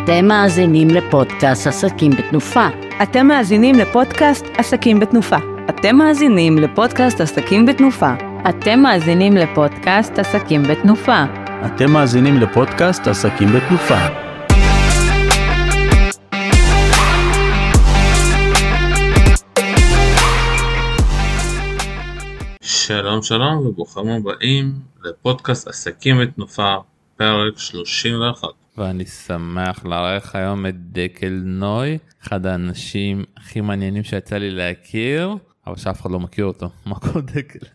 אתם מאזינים לפודקאסט עסקים בתנופה. אתם מאזינים לפודקאסט עסקים בתנופה. אתם מאזינים לפודקאסט עסקים בתנופה. אתם מאזינים לפודקאסט עסקים בתנופה. אתם מאזינים לפודקאסט עסקים בתנופה. שלום שלום וברוכים הבאים לפודקאסט עסקים בתנופה פרק 31. ואני שמח לארח היום את דקל נוי, אחד האנשים הכי מעניינים שיצא לי להכיר, אבל שאף אחד לא מכיר אותו. מה קורה דקל?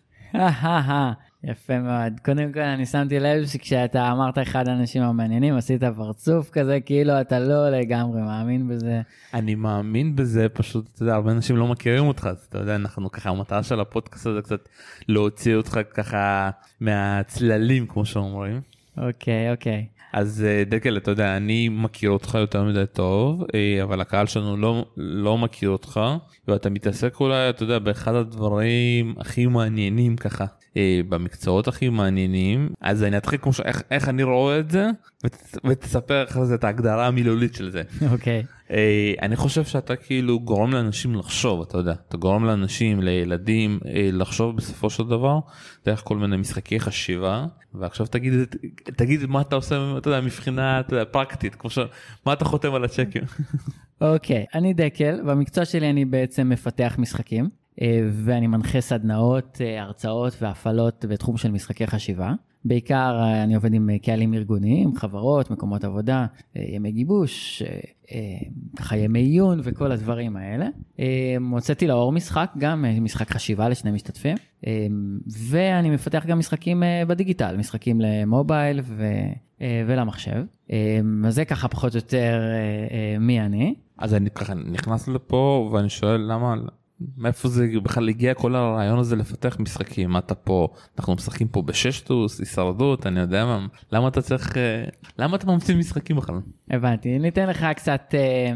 יפה מאוד. קודם כל אני שמתי לב שכשאתה אמרת אחד האנשים המעניינים, עשית פרצוף כזה, כאילו אתה לא לגמרי מאמין בזה. אני מאמין בזה, פשוט, אתה יודע, הרבה אנשים לא מכירים אותך, אז אתה יודע, אנחנו ככה, המטרה של הפודקאסט הזה קצת להוציא אותך ככה מהצללים, כמו שאומרים. אוקיי. אז דקל, אתה יודע, אני מכיר אותך יותר מדי טוב, אבל הקהל שלנו לא מכיר אותך, ואתה מתעסק אולי, אתה יודע, באחד הדברים הכי מעניינים ככה, במקצועות הכי מעניינים. אז אני אתחיל כמו איך אני רואה את זה, ותספר אחרי זה את ההגדרה המילולית של זה. אוקיי. אני חושב שאתה כאילו גורם לאנשים לחשוב, אתה יודע, אתה גורם לאנשים, לילדים, לחשוב בסופו של דבר, דרך כל מיני משחקי חשיבה, ועכשיו תגיד מה אתה עושה, אתה יודע, מבחינה פרקטית, כמו מה אתה חותם על הצ'קים. אוקיי, אני דקל, במקצוע שלי אני בעצם מפתח משחקים, ואני מנחה סדנאות, הרצאות והפעלות בתחום של משחקי חשיבה. בעיקר אני עובד עם קהלים ארגוניים, חברות, מקומות עבודה, ימי גיבוש, ימי עיון וכל הדברים האלה. מוצאתי לאור משחק, גם משחק חשיבה לשני משתתפים, ואני מפתח גם משחקים בדיגיטל, משחקים למובייל ולמחשב. אז זה ככה פחות או יותר מי אני. אז אני ככה נכנס לפה ואני שואל מאיפה זה בכלל הגיע כל הרעיון הזה לפתח משחקים? מה אתה פה, אנחנו משחקים פה בששטוס, הישרדות, אני יודע למה אתה צריך, למה אתה ממציא משחקים בכלל? הבנתי, ניתן לך קצת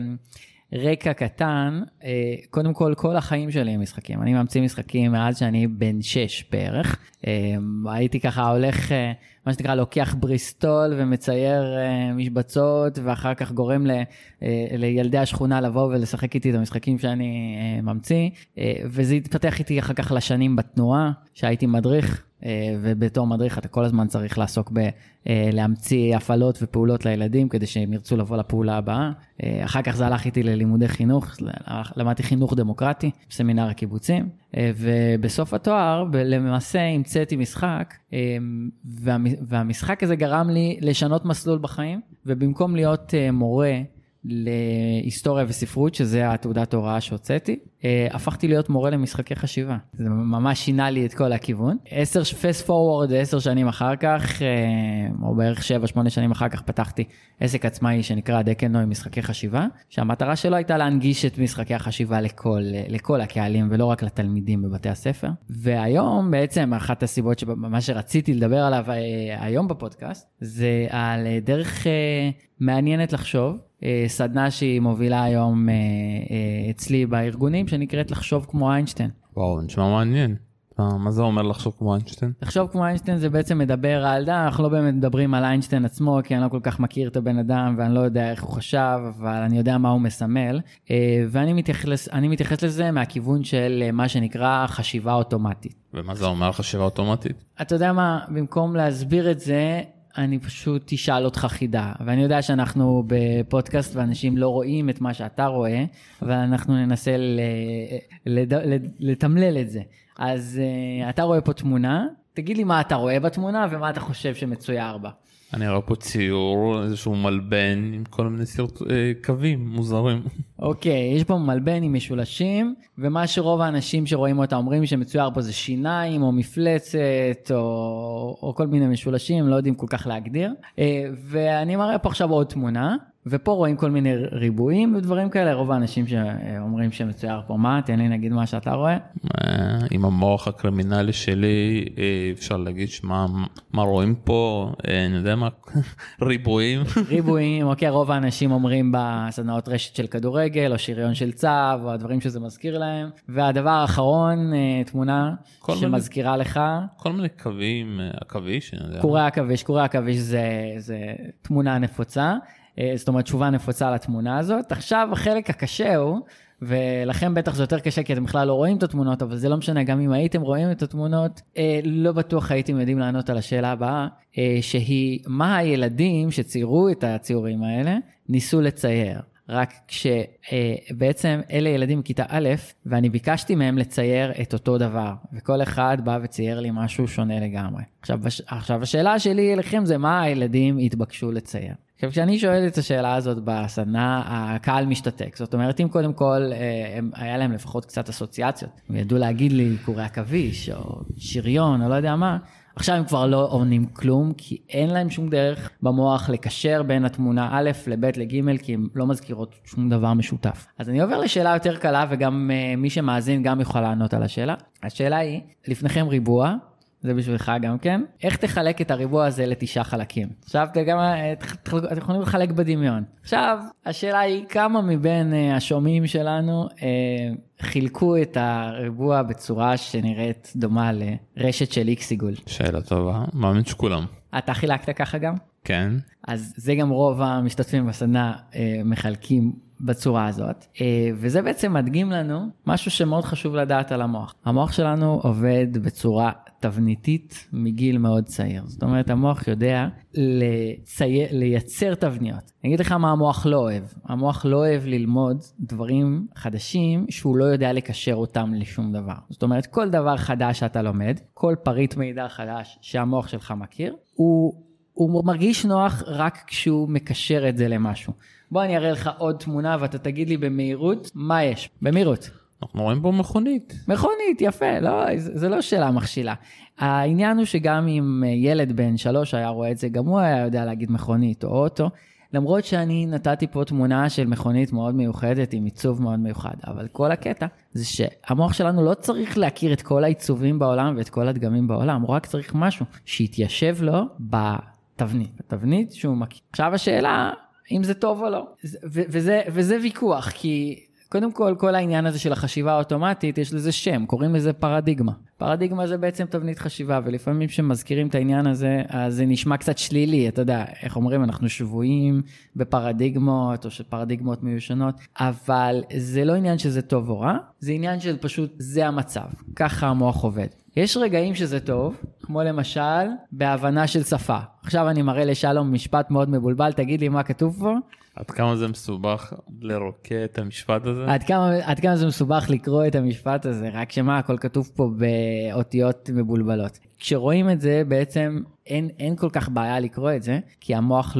רקע קטן. קודם כל החיים שלי הם משחקים, אני ממציא משחקים מאז שאני בן 6 בערך. הייתי ככה הולך, מה שנקרא, לוקח בריסטול ומצייר משבצות, ואחר כך גורם לילדי השכונה לבוא ולשחק איתי את המשחקים שאני ממציא, וזה התפתח איתי אחר כך לשנים בתנועה, שהייתי מדריך, ובתור מדריך אתה כל הזמן צריך לעסוק להמציא הפעלות ופעולות לילדים, כדי שהם ירצו לבוא לפעולה הבאה. אחר כך זה הלך איתי ללימודי חינוך, למדתי חינוך דמוקרטי, בסמינר הקיבוצים, ובסוף התואר למעשה המצאתי משחק, והמשחק הזה גרם לי לשנות מסלול בחיים, ובמקום להיות מורה להיסטוריה וספרות, שזה התעודת הוראה שהוצאתי, הפכתי להיות מורה למשחקי חשיבה. זה ממש שינה לי את כל הכיוון. fast forward 10 שנים אחר כך, או בערך 7-8 שנים אחר כך, פתחתי עסק עצמאי שנקרא דקל נוי משחקי חשיבה, שהמטרה שלו הייתה להנגיש את משחקי החשיבה לכל הקהלים, ולא רק לתלמידים בבתי הספר. והיום בעצם אחת הסיבות שמה שרציתי לדבר עליו היום בפודקאסט, זה על דרך מעניינת לחשוב, סדנה שהיא מובילה היום אצלי בארגונים, שנקראת לחשוב כמו איינשטיין. וואו, נשמע מעניין. מה זה אומר לחשוב כמו איינשטיין? לחשוב כמו איינשטיין זה בעצם מדבר על, אנחנו לא באמת מדברים על איינשטיין עצמו, כי אני לא כל כך מכיר את הבן אדם, ואני לא יודע איך הוא חשב, אבל אני יודע מה הוא מסמל, ואני מתייחס לזה מהכיוון של מה שנקרא חשיבה אוטומטית. ומה זה אומר חשיבה אוטומטית? אתה יודע מה, במקום להסביר את זה, אני פשוט תשאל אותך חידה, ואני יודע שאנחנו בפודקאסט ואנשים לא רואים את מה שאתה רואה, אבל אנחנו ננסה לתמלל את זה. אז אתה רואה פה תמונה, תגיד לי מה אתה רואה בתמונה ומה אתה חושב שמצויר בה. אני רואה פה ציור, איזשהו מלבן עם כל מיני קווים מוזרים. אוקיי, יש פה מלבן עם משולשים, ומה שרוב האנשים שרואים אותה אומרים שמצויר פה זה שיניים או מפלצת או כל מיני משולשים, לא יודעים כל כך להגדיר. ואני מראה פה עכשיו עוד תמונה, ופה רואים כל מיני ריבועים ודברים כאלה, רוב האנשים שאומרים שמצויר פה מה, תן לי נגיד מה שאתה רואה. עם המוח הקרימינלי שלי, אפשר להגיד מה רואים פה, אני יודע מה, ריבועים. ריבועים, אוקיי, רוב האנשים אומרים בסדנאות רשת של כדורגל, או שריון של צב, או הדברים שזה מזכיר להם. והדבר האחרון, תמונה שמזכירה לך. כל מיני קווים, עכביש, אני יודע. קורי עכביש זה תמונה נפוצה. זאת אומרת, תשובה נפוצה לתמונה הזאת. עכשיו, החלק הקשה הוא, ולכם בטח זה יותר קשה, כי אתם בכלל לא רואים את התמונות, אבל זה לא משנה, גם אם הייתם רואים את התמונות, לא בטוח הייתם יודעים לענות על השאלה הבאה, שהיא, מה הילדים שציירו את הציורים האלה, ניסו לצייר. רק כשבעצם אלה ילדים מכיתה א', ואני ביקשתי מהם לצייר את אותו דבר, וכל אחד בא וצייר לי משהו שונה לגמרי. עכשיו השאלה שלי אליכם זה מה הילדים התבקשו לצייר. עכשיו כשאני שואל את השאלה הזאת בסדנה, הקהל משתתק. זאת אומרת, אם קודם כל היה להם לפחות קצת אסוציאציות, הם ידעו להגיד לי קורי עכביש, או שריון, או לא יודע מה, עכשיו הם כבר לא עונים כלום, כי אין להם שום דרך במוח לקשר בין התמונה א' לב' לג', כי הם לא מזכירות שום דבר משותף. אז אני עובר לשאלה יותר קלה, וגם מי שמאזין גם יכול לענות על השאלה. השאלה היא, לפניכם ריבוע, זה בשבילך גם כן, איך תחלק את הריבוע הזה ל9 חלקים? עכשיו אתם יכולים לחלק בדמיון. עכשיו, השאלה היא, כמה מבין השומעים שלנו חילקו את הריבוע בצורה שנראית דומה לרשת של איקס עיגול? שאלה טובה, מאמין שכולם. אתה חילקת ככה גם? כן. אז זה גם רוב המשתתפים בסדנה מחלקים בצורה הזאת, וזה בעצם מדגים לנו משהו שמאוד חשוב לדעת על המוח. המוח שלנו עובד בצורה תבניתית מגיל מאוד צעיר. זאת אומרת, המוח יודע לייצר תבניות. אני אגיד לך מה המוח לא אוהב. המוח לא אוהב ללמוד דברים חדשים שהוא לא יודע לקשר אותם לשום דבר. זאת אומרת, כל דבר חדש שאתה לומד, כל פריט מידע חדש שהמוח שלך מכיר, הוא מרגיש נוח רק כשהוא מקשר את זה למשהו. בוא אני אראה לך עוד תמונה ואתה תגיד לי במהירות מה יש. במהירות. אנחנו רואים פה מכונית. מכונית, יפה. לא, זה לא שאלה מכשילה. העניין הוא שגם אם ילד בן 3 היה רואה את זה, גם הוא היה יודע להגיד מכונית או אוטו, למרות שאני נתתי פה תמונה של מכונית מאוד מיוחדת עם עיצוב מאוד מיוחד. אבל כל הקטע זה שהמוח שלנו לא צריך להכיר את כל העיצובים בעולם ואת כל הדגמים בעולם. הוא רק צריך משהו שיתיישב לו בתבנית שהוא מכיר. עכשיו השאלה, אם זה טוב או לא. וזה ויכוח, כי קודם כל העניין הזה של החשיבה האוטומטית, יש לזה שם, קוראים לזה פרדיגמה. פרדיגמה זה בעצם תבנית חשיבה, ולפעמים שמזכירים את העניין הזה, אז זה נשמע קצת שלילי, אתה יודע, איך אומרים, אנחנו שבויים בפרדיגמות, או שפרדיגמות מיושנות, אבל זה לא עניין שזה טוב או רע, זה עניין של פשוט, זה המצב, ככה המוח עובד. יש רגעים שזה טוב, כמו למשל, בהבנה של שפה. עכשיו אני מראה לשלום משפט מאוד מבולבל, תגיד לי מה כתוב פה. עד כמה זה מסובך לרוקע את המשפט הזה? עד כמה זה מסובך לקרוא את המשפט הזה, רק שמה הכל כתוב פה באותיות מבולבלות. כשרואים את זה בעצם אין כל כך בעיה לקרוא את זה, כי המוח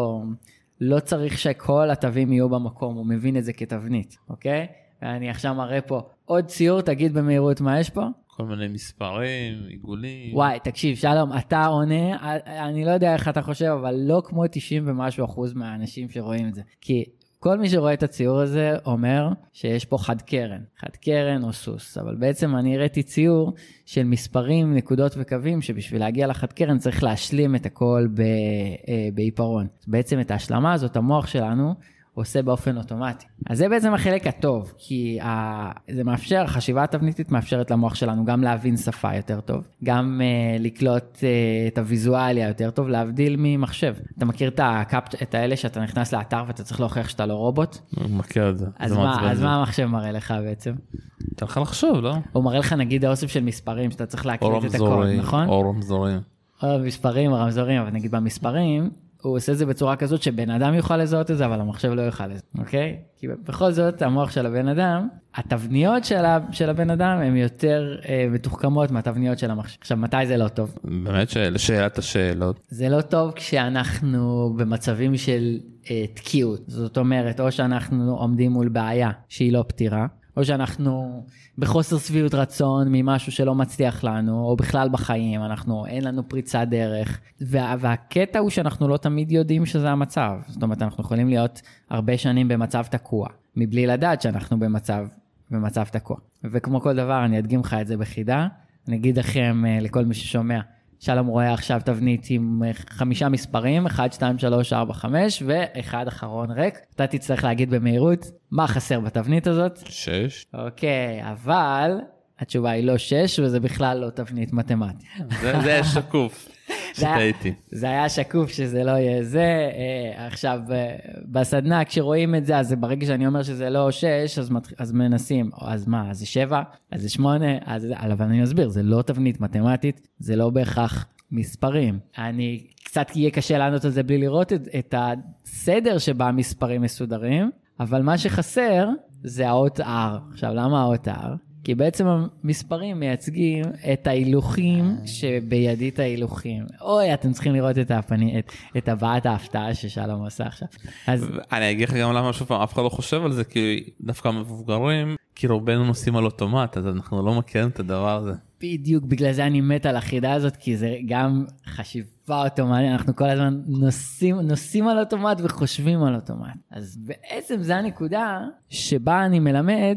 לא צריך שכל התווים יהיו במקום, הוא מבין את זה כתבנית, אוקיי? ואני עכשיו מראה פה עוד ציור, תגיד במהירות מה יש פה? כל מיני מספרים, עיגולים. וואי, תקשיב, שלום, אתה עונה, אני לא יודע איך אתה חושב, אבל לא כמו 90 ומשהו אחוז מהאנשים שרואים את זה. כי כל מי שרואה את הציור הזה אומר שיש פה חד קרן או סוס, אבל בעצם אני הראיתי ציור של מספרים, נקודות וקווים, שבשביל להגיע לחד קרן צריך להשלים את הכל בעיפרון. בעצם את ההשלמה הזאת, המוח שלנו, עושה באופן אוטומטי. אז זה בעצם החלק הטוב, כי זה מאפשר, החשיבה התבניתית מאפשרת למוח שלנו גם להבין שפה יותר טוב, גם לקלוט את הוויזואליה יותר טוב, להבדיל ממחשב. אתה מכיר את האלה שאתה נכנס לאתר ואתה צריך להוכיח שאתה לא רובוט? אני מכיר את זה. אז מה המחשב מראה לך בעצם? אתה יכול לחשוב, לא? הוא מראה לך נגיד האוסף של מספרים, שאתה צריך להקליט את הכל, נכון? או רמזורים. או מספרים, רמזורים, אבל נגיד במספרים, הוא עושה את זה בצורה כזאת שבן אדם יוכל לזהות את זה, אבל המחשב לא יוכל לזה, אוקיי? כי בכל זאת, המוח של הבן אדם, התבניות של הבן אדם הן יותר מתוחכמות מהתבניות של המחשב. עכשיו, מתי זה לא טוב? באמת שאלת השאלות. זה לא טוב כשאנחנו במצבים של תקיעות. זאת אומרת, או שאנחנו עומדים מול בעיה שהיא לא פתירה, או שאנחנו בחוסר סביעות רצון ממשהו שלא מצליח לנו, או בכלל בחיים, אין לנו פריצת דרך, והקטע הוא שאנחנו לא תמיד יודעים שזה המצב. זאת אומרת, אנחנו יכולים להיות הרבה שנים במצב תקוע, מבלי לדעת שאנחנו במצב תקוע. וכמו כל דבר, אני אדגים לך את זה בחידה, אני אגיד לכם, לכל מי ששומע, שלום רואה עכשיו תבנית עם 5 מספרים, 1, 2, 3, 4, 5, ואחד אחרון ריק. אתה תצטרך להגיד במהירות, מה חסר בתבנית הזאת? 6. אוקיי, אבל התשובה היא לא 6, וזה בכלל לא תבנית מתמטית. זה שקוף. שטעיתי. זה היה שקוף שזה לא יהיה זה. עכשיו, בסדנה, כשרואים את זה, אז ברגע שאני אומר שזה לא 6, אז מנסים. אז מה, אז זה 7, אז זה 8, אבל אני מסביר, זה לא תבנית מתמטית, זה לא בהכרח מספרים. אני קצת יהיה קשה לענות על זה בלי לראות את הסדר שבה המספרים מסודרים, אבל מה שחסר זה האות R. עכשיו, למה האות R? כי בעצם המספרים מייצגים את ההילוכים שבידית ההילוכים. אוי, אתם צריכים לראות את הבעת ההפתעה ששלום עושה עכשיו. אני אגיד לך גם למה שוב פעם, אף אחד לא חושב על זה, כי דווקא מבוגרים, כי רובנו נוסעים על אוטומט, אז אנחנו לא מכירים את הדבר הזה. בדיוק, בגלל זה אני מת על החידה הזאת, כי זה גם חשיבה אוטומטית, אנחנו כל הזמן נוסעים על אוטומט וחושבים על אוטומט. אז בעצם זה הנקודה שבה אני מלמד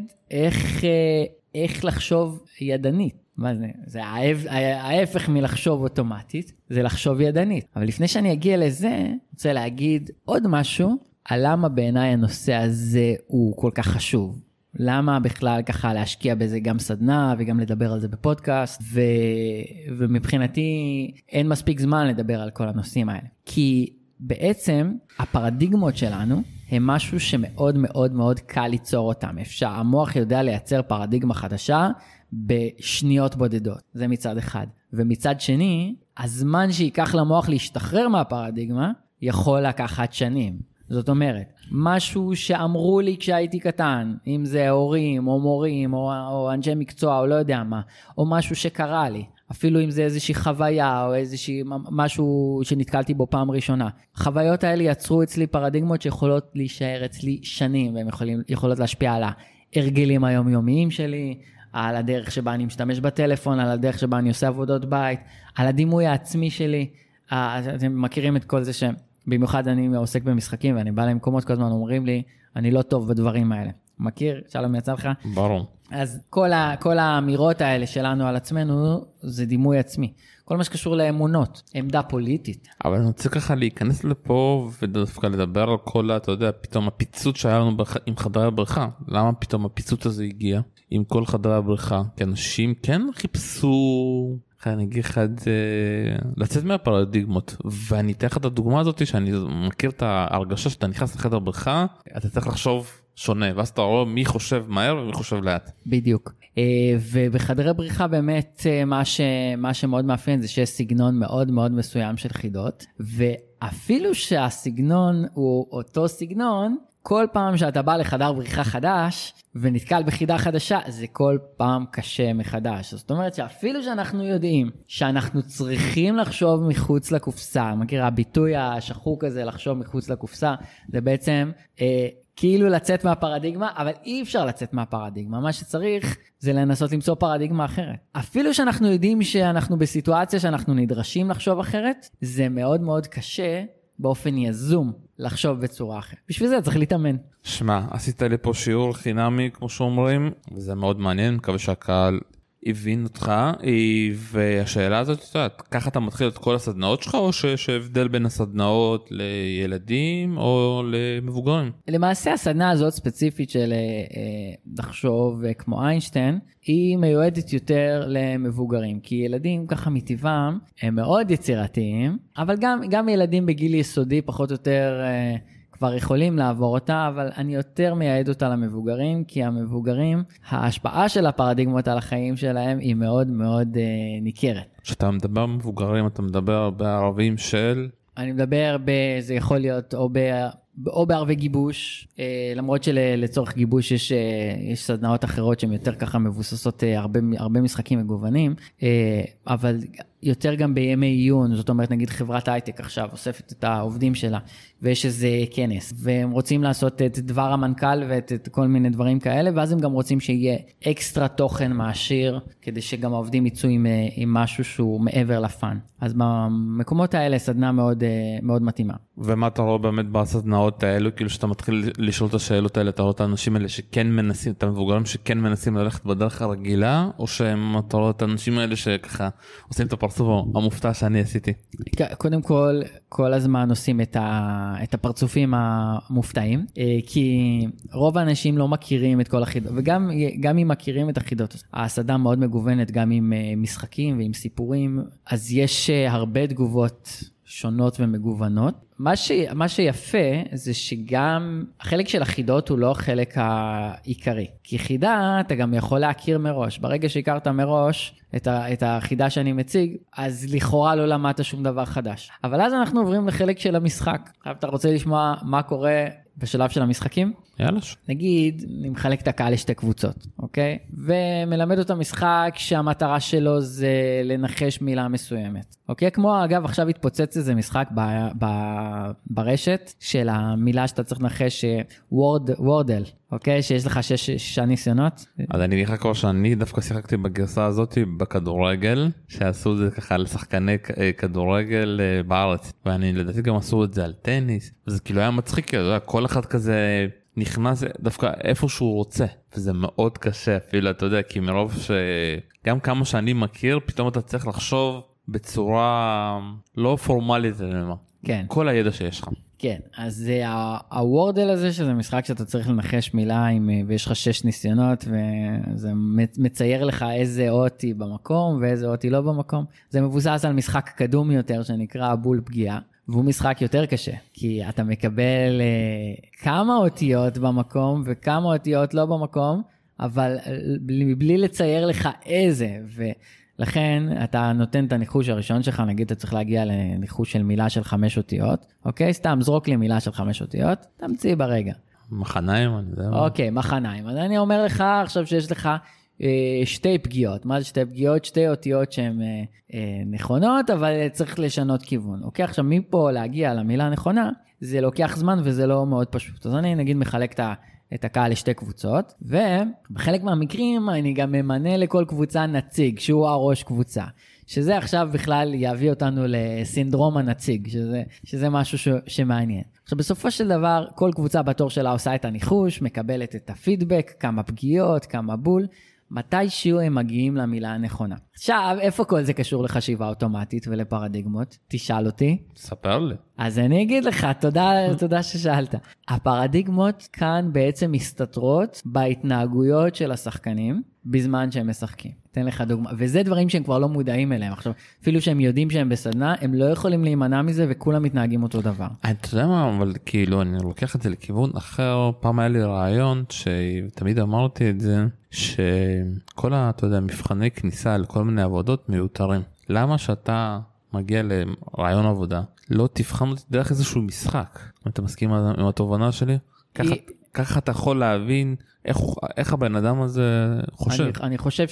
איך לחשוב ידנית. מה זה? זה ההפך מלחשוב אוטומטית, זה לחשוב ידנית. אבל לפני שאני אגיע לזה, אני רוצה להגיד עוד משהו, על למה בעיניי הנושא הזה הוא כל כך חשוב. למה בכלל ככה להשקיע בזה גם סדנה וגם לדבר על זה בפודקאסט, ומבחינתי אין מספיק זמן לדבר על כל הנושאים האלה. כי בעצם הפרדיגמות שלנו הם משהו שמאוד מאוד מאוד קל ליצור אותם. המוח יודע לייצר פרדיגמה חדשה בשניות בודדות. זה מצד אחד. ומצד שני, הזמן שיקח למוח להשתחרר מהפרדיגמה יכול לקחת שנים. זאת אומרת, משהו שאמרו לי כשהייתי קטן, אם זה הורים או מורים או אנשי מקצוע או לא יודע מה, או משהו שקרה לי, אפילו אם זה איזושהי חוויה או משהו שנתקלתי בו פעם ראשונה. החוויות האלה יצרו אצלי פרדיגמות שיכולות להישאר אצלי שנים, והן יכולות להשפיע על ההרגלים היומיומיים שלי, על הדרך שבה אני משתמש בטלפון, על הדרך שבה אני עושה עבודות בית, על הדימוי העצמי שלי. אתם מכירים את כל זה במיוחד אני עוסק במשחקים, ואני בא למקומות כל הזמן אומרים לי, אני לא טוב בדברים האלה. מכיר? שלום, יצא לך? ברור. אז כל האמירות האלה שלנו על עצמנו, זה דימוי עצמי. כל מה שקשור לאמונות, עמדה פוליטית. אבל אני רוצה ככה להיכנס לפה, ודווקא לדבר על כל, אתה יודע, פתאום הפיצוץ שהיה לנו עם חדרי הבריכה. למה פתאום הפיצוץ הזה הגיע עם כל חדרי הבריכה? כי אנשים כן חיפשו... אני אגיד לך לצאת מהפרדיגמות, ואני אתן לך את הדוגמה הזאת שאני מכיר את ההרגשה שאתה נכנס לחדר בריכה, אתה צריך לחשוב שונה, ואז אתה רואה מי חושב מהר ומי חושב לאט. בדיוק. ובחדרי בריכה באמת מה שמאוד מאפיין זה שיש סגנון מאוד מאוד מסוים של חידות, ואפילו שהסגנון הוא אותו סגנון, כל פעם שאתה בא לחדר בריחה חדש, ונתקל בחידה חדשה, זה כל פעם קשה מחדש. זאת אומרת שאפילו שאנחנו יודעים, שאנחנו צריכים לחשוב מחוץ לקופסה, מכיר, הביטוי השחוק הזה, לחשוב מחוץ לקופסה, זה בעצם כאילו לצאת מהפרדיגמה, אבל אי אפשר לצאת מהפרדיגמה. מה שצריך זה לנסות למצוא פרדיגמה אחרת. אפילו שאנחנו יודעים שאנחנו בסיטואציה שאנחנו נדרשים לחשוב אחרת, זה מאוד מאוד קשה באופן יזום לחשוב בצורה אחרת. בשביל זה צריך להתאמן. שמע, עשית לי פה שיעור חינמי, כמו שאומרים, וזה מאוד מעניין, מקווה שהקהל הבין אותך, והשאלה הזאת, ככה אתה מתחיל את כל הסדנאות שלך, או שיש הבדל בין הסדנאות לילדים או למבוגרים? למעשה הסדנה הזאת ספציפית של לחשוב כמו איינשטיין, היא מיועדת יותר למבוגרים, כי ילדים ככה מטבעם הם מאוד יצירתיים, אבל גם ילדים בגיל יסודי פחות או יותר כבר יכולים לעבור אותה, אבל אני יותר מייעד אותה למבוגרים, כי המבוגרים, ההשפעה של הפרדיגמות על החיים שלהם היא מאוד מאוד ניכרת. כשאתה מדבר מבוגרים, אתה מדבר בערבים של... אני מדבר זה יכול להיות או בערבי גיבוש, למרות שלצורך גיבוש יש סדנאות אחרות שהן יותר ככה מבוססות הרבה משחקים מגוונים, אבל יותר גם בימי עיון, זאת אומרת נגיד חברת הייטק עכשיו אוספת את העובדים שלה, ויש איזה כנס, והם רוצים לעשות את דבר המנכ"ל ואת כל מיני דברים כאלה, ואז הם גם רוצים שיהיה אקסטרה תוכן מעשיר, כדי שגם העובדים יצאו עם משהו שהוא מעבר לפן. אז במקומות האלה סדנה מאוד, מאוד מתאימה. ומה אתה רואה באמת בסדנאות האלו, כאילו שאתה מתחיל לשאול את השאלות האלה, אתה רואה את האנשים האלה שכן מנסים, את המבוגרים שכן מנסים ללכת בדרך הרגילה, או שאתה רואה את האנשים האלה שככה עושים את הפרצוף הפרצוף המופתע שאני עשיתי. קודם כל הזמן עושים את הפרצופים המופתעים, כי רוב האנשים לא מכירים את כל החידות, וגם אם מכירים את החידות, ההסעדה מאוד מגוונת גם עם משחקים ועם סיפורים, אז יש הרבה תגובות שונות ומגוונות. מה שיפה זה שגם החלק של החידות הוא לא החלק העיקרי. כי חידה אתה גם יכול להכיר מראש. ברגע שהכרת מראש את החידה שאני מציג, אז לכאורה לא למדת שום דבר חדש. אבל אז אנחנו עוברים לחלק של המשחק. עכשיו אתה רוצה לשמוע מה קורה בשלב של המשחקים? יאללה. נגיד, אני מחלק את הקהל לשתי קבוצות, אוקיי? ומלמד אותה משחק שהמטרה שלו זה לנחש מילה מסוימת. אוקיי? כמו, אגב, עכשיו התפוצץ איזה משחק ברשת של המילה שאתה צריך לנחש וורדל, אוקיי? שיש לך 6 ניסיונות. אז אני אגיד לך כבר שאני דווקא שיחקתי בגרסה הזאת בכדורגל, שעשו את זה ככה לשחקני כדורגל בארץ, ואני לדעתי גם עשו את זה על טניס, וזה כאילו היה מצחיק, כל אחד כזה נכנס דווקא איפה שהוא רוצה, וזה מאוד קשה אפילו, אתה יודע, כי מרוב שגם כמה שאני מכיר, פתאום אתה צריך לחשוב בצורה לא פורמלית, כן. כל הידע שיש לך. כן, אז הוורדל הזה, שזה משחק שאתה צריך לנחש מילה, ויש לך 6 ניסיונות, וזה מצייר לך איזה אותי במקום, ואיזה אותי לא במקום. זה מבוסס על משחק קדום יותר, שנקרא בול פגיעה, והוא משחק יותר קשה, כי אתה מקבל כמה אותיות במקום, וכמה אותיות לא במקום, אבל בלי לצייר לך איזה, לכן אתה נותן את הניחוש הראשון שלך, נגיד אתה צריך להגיע לניחוש של מילה של 5 אותיות, אוקיי? סתם זרוק לי מילה של 5 אותיות, תמציא ברגע. מחניים, אני יודע. אוקיי, מחניים. אז אני אומר לך עכשיו שיש לך 2 פגיעות. מה זה 2 פגיעות? 2 אותיות שהן נכונות, אבל צריך לשנות כיוון. אוקיי, עכשיו מפה להגיע למילה הנכונה, זה לוקח זמן וזה לא מאוד פשוט. אז אני נגיד מחלק את הקהל לשתי קבוצות, ובחלק מהמקרים אני גם ממנה לכל קבוצה נציג, שהוא הראש קבוצה, שזה עכשיו בכלל יביא אותנו לסינדרום הנציג, שזה משהו שמעניין. עכשיו בסופו של דבר, כל קבוצה בתור שלה עושה את הניחוש, מקבלת את הפידבק, כמה פגיעות, כמה בול, מתישהו הם מגיעים למילה הנכונה. עכשיו, איפה כל זה קשור לחשיבה אוטומטית ולפרדיגמות? תשאל אותי. ספר לי. אז אני אגיד לך, תודה ששאלת. הפרדיגמות כאן בעצם מסתתרות בהתנהגויות של השחקנים בזמן שהם משחקים. אתן לך דוגמה, וזה דברים שהם כבר לא מודעים אליהם. עכשיו, אפילו שהם יודעים שהם בסדנה, הם לא יכולים להימנע מזה וכולם מתנהגים אותו דבר. אתה יודע מה, אבל כאילו אני לוקח את זה לכיוון אחר. פעם היה לי רעיון שתמיד אמרתי את זה, שכל אתה יודע, מבחני כניסה לכל מיני עבודות מיותרים. למה שאתה מגיע לרעיון עבודה, לא תבחן אותי דרך איזשהו משחק? אתה מסכים עם התובנה שלי? ככה אתה יכול להבין איך הבן אדם הזה חושב. אני חושב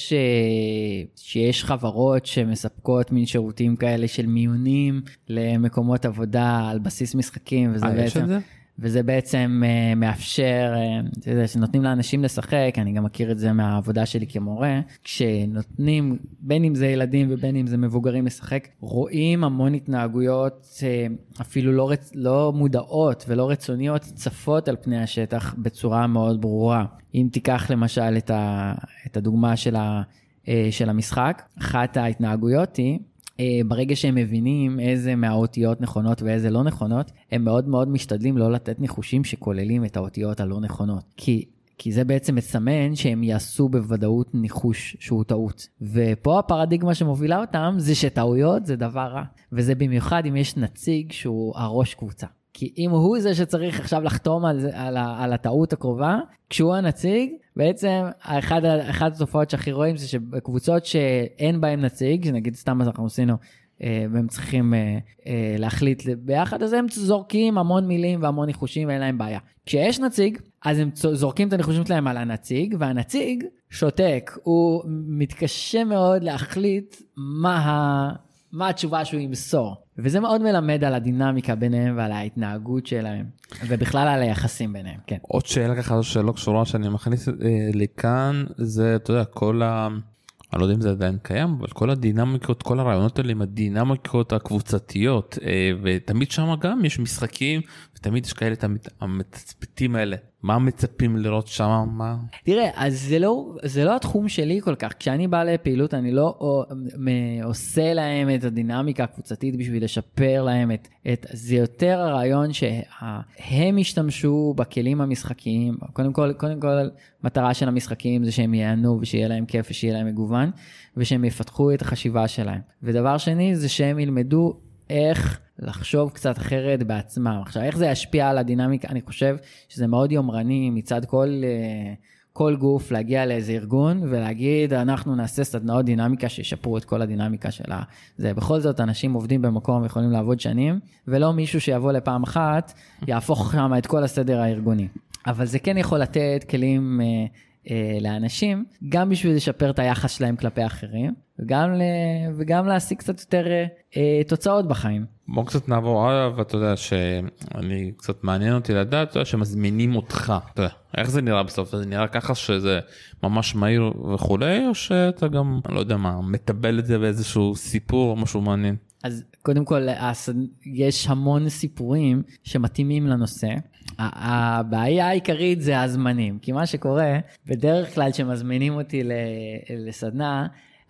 שיש חברות שמספקות מין שירותים כאלה של מיונים למקומות עבודה על בסיס משחקים, וזה בעצם מאפשר, שנותנים לאנשים לשחק, אני גם מכיר את זה מהעבודה שלי כמורה, כשנותנים, בין אם זה ילדים ובין אם זה מבוגרים לשחק, רואים המון התנהגויות, אפילו לא מודעות ולא רצוניות, צפות על פני השטח בצורה מאוד ברורה. אם תיקח למשל את הדוגמה של המשחק, אחת ההתנהגויות היא, ברגע שהם מבינים איזה מהאותיות נכונות ואיזה לא נכונות, הם מאוד מאוד משתדלים לא לתת ניחושים שכוללים את האותיות הלא נכונות. כי זה בעצם מסמן שהם יעשו בוודאות ניחוש שהוא טעות. ופה הפרדיגמה שמובילה אותם זה שטעויות זה דבר רע. וזה במיוחד אם יש נציג שהוא הראש קבוצה. כי אם הוא זה שצריך עכשיו לחתום על הטעות הקרובה, כשהוא הנציג, בעצם אחד התופעות שהכי רואים זה שבקבוצות שאין בהם נציג, שנגיד סתם אנחנו עשינו, והם צריכים להחליט ביחד, אז הם זורקים המון מילים והמון ניחושים ואין להם בעיה. כשיש נציג, אז הם זורקים את הניחושים שלהם על הנציג, והנציג שותק, הוא מתקשה מאוד להחליט מה התשובה שהוא ימסור. וזה מאוד מלמד על הדינמיקה ביניהם ועל ההתנהגות שלהם, ובכלל על היחסים ביניהם, כן. עוד שאלה ככה שלא קשורה שאני מכניס לכאן, זה, אתה יודע, אני לא יודע אם זה עדיין קיים, אבל כל הדינמיקות, כל הרעיונות האלה עם הדינמיקות הקבוצתיות, ותמיד שם גם יש משחקים, ותמיד יש כאלה את המתצפתים האלה. מה מצפים לראות שם? מה? תראה, אז זה לא התחום שלי כל כך. כשאני בא לפעילות, אני לא עושה להם את הדינמיקה הקבוצתית בשביל לשפר להם זה יותר הרעיון שהם ישתמשו בכלים המשחקיים. קודם כל, מטרה של המשחקים זה שהם יענו ושיהיה להם כיף ושיהיה להם מגוון, ושהם יפתחו את החשיבה שלהם. ודבר שני זה שהם ילמדו איך לחשוב קצת אחרת בעצמם. עכשיו, איך זה ישפיע על הדינמיקה? אני חושב שזה מאוד יומרני מצד כל גוף להגיע לאיזה ארגון ולהגיד, אנחנו נעשה סדנאות דינמיקה שישפרו את כל הדינמיקה שלה. זה בכל זאת, אנשים עובדים במקום ויכולים לעבוד שנים, ולא מישהו שיבוא לפעם אחת, יהפוך שם את כל הסדר הארגוני. אבל זה כן יכול לתת כלים לאנשים, גם בשביל לשפר את היחס שלהם כלפי אחרים, וגם להשיג קצת יותר תוצאות בחיים. בואו קצת נעבור הלאה, ואתה יודע שאני קצת מעניין אותי לדעת, אתה יודע שמזמינים אותך, אתה יודע, איך זה נראה בסוף? זה נראה ככה שזה ממש מהיר וכולי, או שאתה גם, אני לא יודע מה, מטבל את זה באיזשהו סיפור או משהו מעניין? אז קודם כל, יש המון סיפורים שמתאימים לנושא. הבעיה העיקרית זה הזמנים, כי מה שקורה, בדרך כלל שמזמינים אותי לסדנה,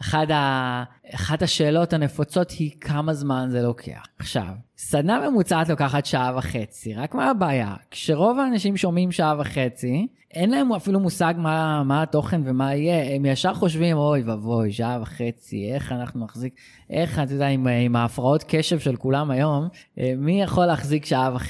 אחת השאלות הנפוצות היא כמה זמן זה לוקח. עכשיו, סדנה ממוצעת לוקחת 1.5 שעות, רק מה הבעיה? כשרוב האנשים שומעים 1.5 שעות, אין להם אפילו מושג מה התוכן ומה יהיה, הם ישר חושבים, אוי ובוי, 1.5 שעות, איך אנחנו נחזיק, איך, אתה יודע, עם ההפרעות קשב של כולם היום, מי יכול להחזיק 1.5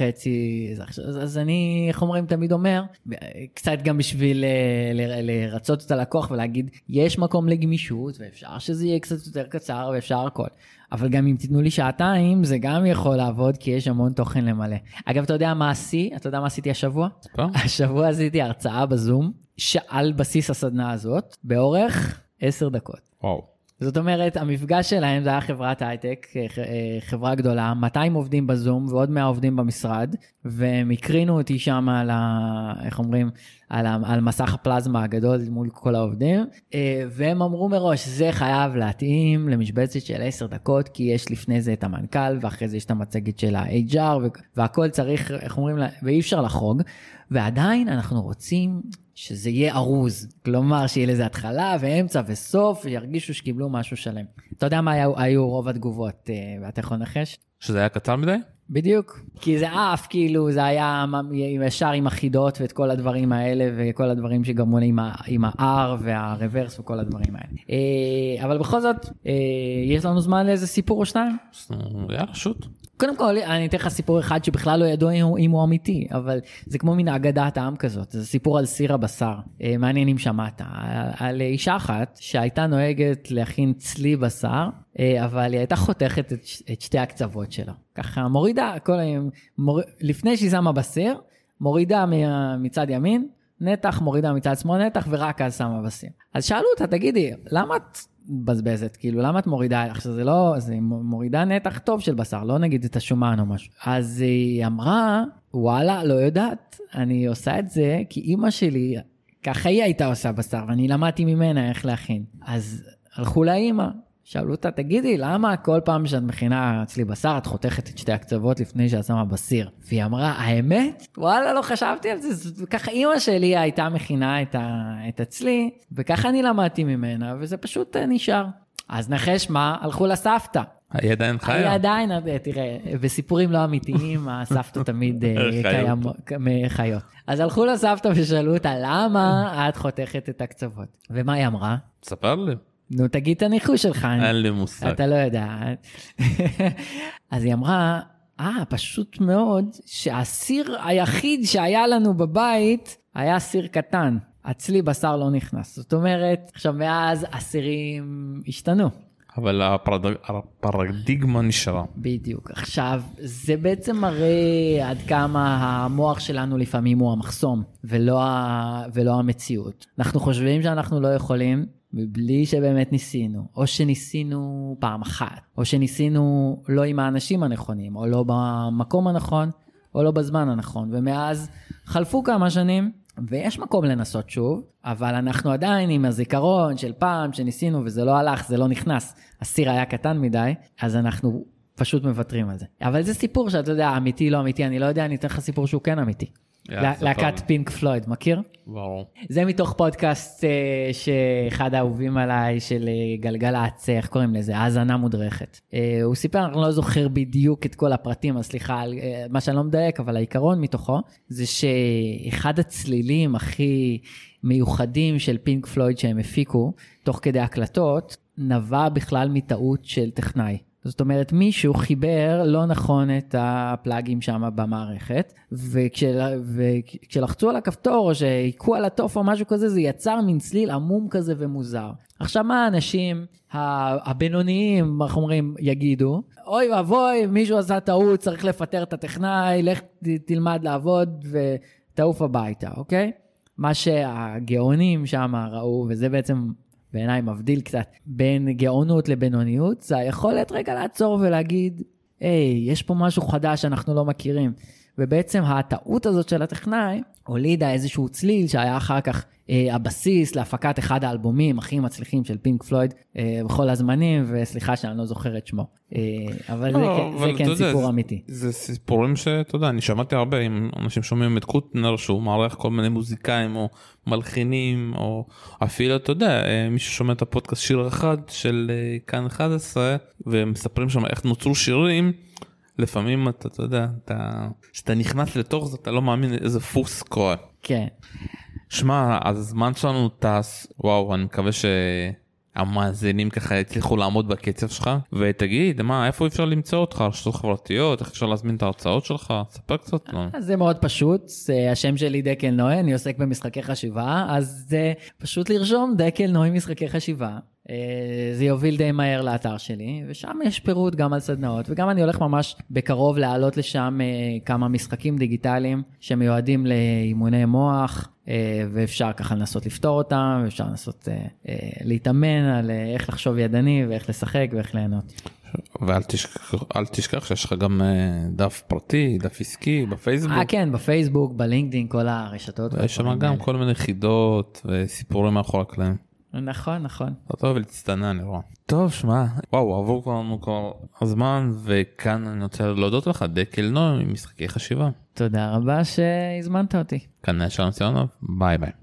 שעות? אז אני, איך אומרים, תמיד אומר, קצת גם בשביל לרצות את הלקוח ולהגיד, יש מקום לגמישות, ואפשר שזה יהיה קצת יותר קצר, ואפשר הכל. אבל גם אם תיתנו לי 2 שעות, זה גם יכול לעבוד, כי יש המון תוכן למלא. אגב, אתה יודע מה עשיתי השבוע? השבוע עשיתי הרצאה בזום, על בסיס הסדנה הזאת, באורך 10 דקות. וואו. זאת אומרת, המפגש שלהם זה היה חברת הייטק, חברה גדולה, 200 עובדים בזום ועוד 100 עובדים במשרד, והם הקרינו אותי שם איך אומרים, על מסך הפלזמה הגדול מול כל העובדים, והם אמרו מראש, זה חייב להתאים למשבצת של 10 דקות, כי יש לפני זה את המנכ"ל, ואחרי זה יש את המצגת של ה-HR, והכל צריך, איך אומרים, ואי אפשר לחוג, ועדיין אנחנו רוצים שזה יהיה ארוז, כלומר שיהיה לזה התחלה ואמצע וסוף, וירגישו שקיבלו משהו שלם. אתה יודע מה היו רוב התגובות, ואתה יכול לנחש? שזה היה קצר מדי? בדיוק, כי זה אף, כאילו זה היה ישר עם החידות ואת כל הדברים האלה, וכל הדברים שגרמו עם ה-R וה-reverse וכל הדברים האלה. אבל בכל זאת, יש לנו זמן לאיזה סיפור או שניים? יאללה, שוט. קודם כל, אני אתן לך סיפור אחד שבכלל לא ידוע אם הוא אמיתי, אבל זה כמו מן אגדת העם כזאת, זה סיפור על סיר הבשר, מעניין אם שמעת, על אישה אחת שהייתה נוהגת להכין צלי בשר, אבל היא הייתה חותכת את שתי הקצוות שלה. ככה מורידה, לפני שהיא שמה בסיר, מורידה מצד ימין, נתח, מורידה מצד שמאל נתח, ורק אז שמה בסיר. אז שאלו אותה, תגידי, למה את בזבזת? כאילו, למה את מורידה? עכשיו זה לא, זה מורידה נתח טוב של בשר, לא נגיד את השומן או משהו. אז היא אמרה, וואלה, לא יודעת, אני עושה את זה, כי אמא שלי, ככה היא הייתה עושה בשר, ואני למדתי ממנה איך להכין. אז הלכו לאמא, שאלו אותה, תגידי, למה כל פעם שאת מכינה אצלי בשר, את חותכת את שתי הקצוות לפני שאת שמה בסיר? והיא אמרה, האמת? וואלה, לא חשבתי על זה. ככה אמא שלי הייתה מכינה את אצלי, וככה אני למדתי ממנה, וזה פשוט נשאר. אז נחש מה? הלכו לסבתא. היא עדיין חיה? היא עדיין, תראה, בסיפורים לא אמיתיים, הסבתא תמיד חיות. אז הלכו לסבתא ושאלו אותה, למה את חותכת את הקצוות? ומה היא אמרה? ספר לי. נו, תגיד את הניחוש שלך. אין לי מושג. אתה לא יודע. אז היא אמרה, פשוט מאוד, שהסיר היחיד שהיה לנו בבית, היה סיר קטן. אצלי בשר לא נכנס. זאת אומרת, עכשיו מאז הסירים השתנו. אבל הפרדיגמה נשארה. בדיוק. עכשיו, זה בעצם מראה עד כמה המוח שלנו לפעמים הוא המחסום, ולא המציאות. אנחנו חושבים שאנחנו לא יכולים, מבלי שבאמת ניסינו, או שניסינו פעם אחת, או שניסינו לא עם האנשים הנכונים, או לא במקום הנכון, או לא בזמן הנכון, ומאז חלפו כמה שנים, ויש מקום לנסות שוב, אבל אנחנו עדיין עם הזיכרון של פעם שניסינו, וזה לא הלך, זה לא נכנס, הסיר היה קטן מדי, אז אנחנו פשוט מוותרים על זה. אבל זה סיפור שאתה יודע, אמיתי, לא אמיתי, אני לא יודע, אני אתן לך סיפור שהוא כן אמיתי. להקת פינק פלויד, מכיר? ברור. זה מתוך פודקאסט שאחד האהובים עליי של גלגלצ, איך קוראים לזה? האזנה מודרכת. הוא סיפר, אני לא זוכר בדיוק את כל הפרטים, אז סליחה על מה שאני לא מדייק, אבל העיקרון מתוכו, זה שאחד הצלילים הכי מיוחדים של פינק פלויד שהם הפיקו, תוך כדי הקלטות, נבע בכלל מטעות של טכנאי. זאת אומרת, מישהו חיבר לא נכון את הפלאגים שם במערכת, וכשלחצו על הכפתור, או שהיקו על הטוף או משהו כזה, זה יצר מין צליל עמום כזה ומוזר. עכשיו, מה האנשים הבינוניים, אנחנו אומרים, יגידו? אוי ואבוי, מישהו עשה טעות, צריך לפטר את הטכנאי, לך תלמד לעבוד ותעוף הביתה, אוקיי? מה שהגאונים שם ראו, וזה בעצם בעיניי מבדיל קצת בין גאונות לבינוניות, זה היכולת רגע לעצור ולהגיד, יש פה משהו חדש שאנחנו לא מכירים. ובעצם הטעות הזאת של הטכנאי הולידה איזשהו צליל שהיה אחר כך הבסיס להפקת אחד האלבומים הכי מצליחים של פינק פלויד בכל הזמנים, וסליחה שאני לא זוכר את שמו. אבל זה כן סיפור אמיתי. זה סיפורים שאתה יודע, אני שמעתי הרבה עם אנשים שומעים את קוטנר, שהוא מערך כל מיני מוזיקאים או מלחינים, או אפילו אתה יודע, מי ששומע את הפודקאסט שיר אחד של כאן 11, ומספרים שם איך נוצרו שירים, לפעמים אתה יודע, שאתה נכנס לתוך זה, אתה לא מאמין איזה פוס קורה. כן. שמע, הזמן שלנו טס, וואו, אני מקווה שהמאזינים ככה יצליחו לעמוד בקצב שלך, ותגיד, מה, איפה אפשר למצוא אותך, רשתות חברתיות, איך אפשר להזמין את ההרצאות שלך, ספר קצת. זה מאוד פשוט, השם שלי דקל נוי, אני עוסק במשחקי חשיבה, אז זה פשוט לרשום דקל נוי משחקי חשיבה. זה יוביל די מהר לאתר שלי, ושם יש פירוט גם על סדנאות, וגם אני הולך ממש בקרוב להעלות לשם כמה משחקים דיגיטליים שמיועדים לאימוני מוח, ואפשר ככה לנסות לפתור אותם, ואפשר לנסות להתאמן על איך לחשוב ידני ואיך לשחק ואיך ליהנות. ואל תשכח שיש לך גם דף פרטי, דף עסקי, בפייסבוק. כן, בפייסבוק, בלינקדאין, כל הרשתות. יש שם גם כל מיני חידות וסיפורים מאחורי הקלעים. נכון. אתה טוב להצטנע, אני רואה. טוב, שמע, וואו, עבור כבר הזמן, וכאן אני רוצה להודות לך, דקל נוי, משחקי חשיבה. תודה רבה שהזמנת אותי. כאן שלום ציונוב, ביי ביי.